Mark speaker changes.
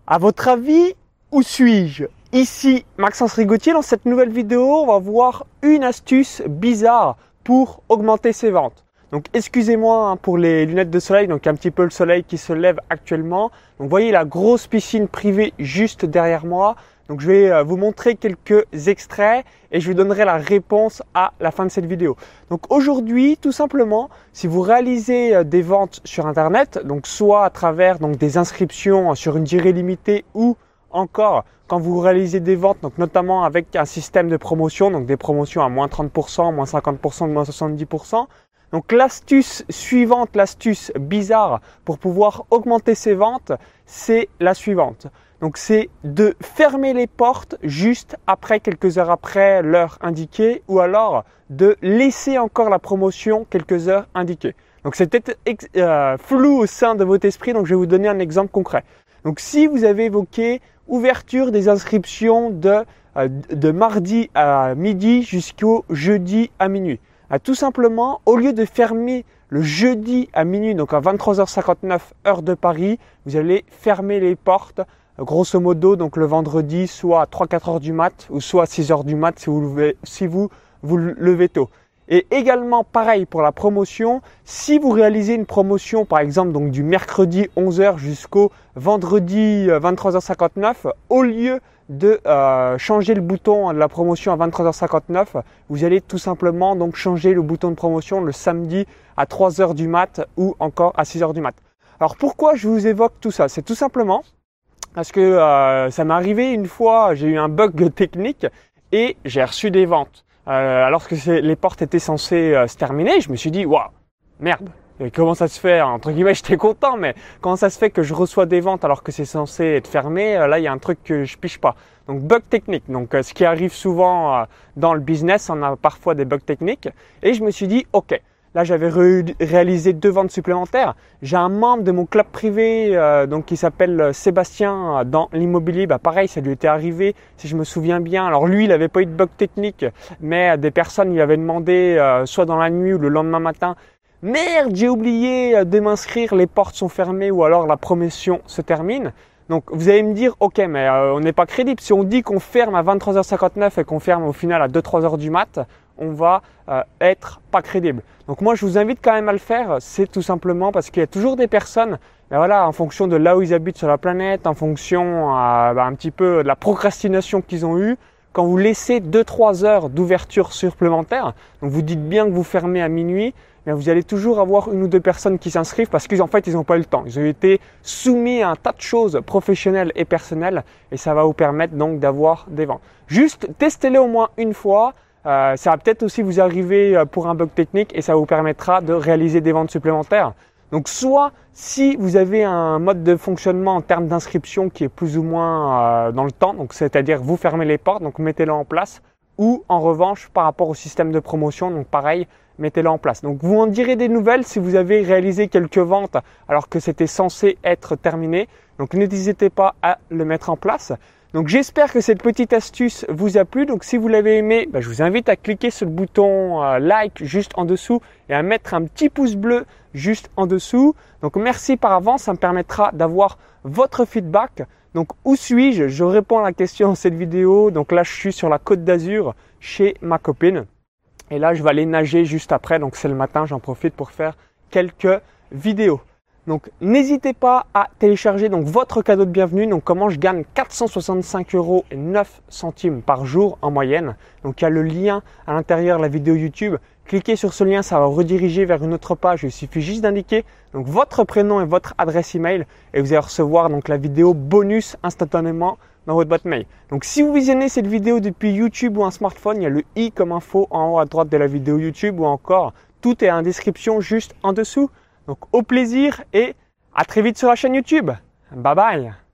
Speaker 1: À votre avis, où suis-je? Ici Maxence Rigotier. Dans cette nouvelle vidéo, on va voir une astuce bizarre pour augmenter ses ventes. Donc excusez-moi pour les lunettes de soleil, donc un petit peu le soleil qui se lève actuellement. Donc vous voyez la grosse piscine privée juste derrière moi. Donc je vais vous montrer quelques extraits et je vous donnerai la réponse à la fin de cette vidéo. Donc aujourd'hui, tout simplement, si vous réalisez des ventes sur Internet, donc soit à travers des inscriptions sur une durée limitée ou encore quand vous réalisez des ventes, donc notamment avec un système de promotion, donc des promotions à moins 30%, moins 50%, moins 70%. Donc l'astuce suivante, l'astuce bizarre pour pouvoir augmenter ses ventes, c'est la suivante. Donc c'est de fermer les portes juste après, quelques heures après l'heure indiquée, ou alors de laisser encore la promotion quelques heures indiquées. Donc c'est peut-être flou au sein de votre esprit, donc je vais vous donner un exemple concret. Donc si vous avez évoqué ouverture des inscriptions de mardi à midi jusqu'au jeudi à minuit. Tout simplement, au lieu de fermer le jeudi à minuit, donc à 23h59 heure de Paris, vous allez fermer les portes grosso modo donc le vendredi soit à 3-4 heures du mat ou soit à 6 heures du mat si vous levez tôt. Et également pareil pour la promotion, si vous réalisez une promotion par exemple donc du mercredi 11h jusqu'au vendredi 23h59, au lieu de changer le bouton de la promotion à 23h59, vous allez tout simplement donc changer le bouton de promotion le samedi à 3h du mat ou encore à 6h du mat. Alors pourquoi je vous évoque tout ça? C'est tout simplement parce que ça m'est arrivé une fois, j'ai eu un bug technique et j'ai reçu des ventes. Alors que les portes étaient censées se terminer, je me suis dit, waouh, merde, et comment ça se fait? Entre guillemets, j'étais content, mais comment ça se fait que je reçois des ventes alors que c'est censé être fermé? Là, il y a un truc que je pige pas. Donc, bug technique. Donc, ce qui arrive souvent dans le business, on a parfois des bugs techniques. Et je me suis dit, ok. Là, j'avais réalisé 2 ventes supplémentaires. J'ai un membre de mon club privé qui s'appelle Sébastien dans l'immobilier. Pareil, ça lui était arrivé, si je me souviens bien. Alors lui, il n'avait pas eu de bug technique, mais des personnes lui avaient demandé, soit dans la nuit ou le lendemain matin, « Merde, j'ai oublié de m'inscrire, les portes sont fermées ou alors la promotion se termine. » Donc vous allez me dire, ok, mais on n'est pas crédible. Si on dit qu'on ferme à 23h59 et qu'on ferme au final à 2-3h du mat, on va être pas crédible. Donc moi, je vous invite quand même à le faire. C'est tout simplement parce qu'il y a toujours des personnes, en fonction de là où ils habitent sur la planète, en fonction un petit peu de la procrastination qu'ils ont eue, quand vous laissez 2-3 heures d'ouverture supplémentaire, donc vous dites bien que vous fermez à minuit, mais vous allez toujours avoir 1 ou 2 personnes qui s'inscrivent parce qu'ils n'ont pas eu le temps. Ils ont été soumis à un tas de choses professionnelles et personnelles et ça va vous permettre donc d'avoir des ventes. Juste testez-les au moins une fois. Ça va peut-être aussi vous arriver pour un bug technique et ça vous permettra de réaliser des ventes supplémentaires. Donc soit si vous avez un mode de fonctionnement en termes d'inscription qui est plus ou moins dans le temps, donc c'est-à-dire vous fermez les portes, donc mettez-le en place, ou en revanche par rapport au système de promotion, donc pareil, mettez-le en place. Donc vous en direz des nouvelles si vous avez réalisé quelques ventes alors que c'était censé être terminé. Donc n'hésitez pas à le mettre en place. Donc j'espère que cette petite astuce vous a plu. Donc si vous l'avez aimé, je vous invite à cliquer sur le bouton like juste en dessous et à mettre un petit pouce bleu juste en dessous. Donc merci par avance, ça me permettra d'avoir votre feedback. Donc où suis-je? Je réponds à la question dans cette vidéo. Donc là je suis sur la Côte d'Azur chez ma copine. Et là je vais aller nager juste après. Donc c'est le matin, j'en profite pour faire quelques vidéos. Donc n'hésitez pas à télécharger votre cadeau de bienvenue. Donc comment je gagne 465,09 € par jour en moyenne. Donc il y a le lien à l'intérieur de la vidéo YouTube. Cliquez sur ce lien, ça va rediriger vers une autre page. Il suffit juste d'indiquer votre prénom et votre adresse email et vous allez recevoir la vidéo bonus instantanément dans votre boîte mail. Donc si vous visionnez cette vidéo depuis YouTube ou un smartphone, il y a le i comme info en haut à droite de la vidéo YouTube ou encore tout est en description juste en dessous. Donc au plaisir et à très vite sur la chaîne YouTube. Bye bye.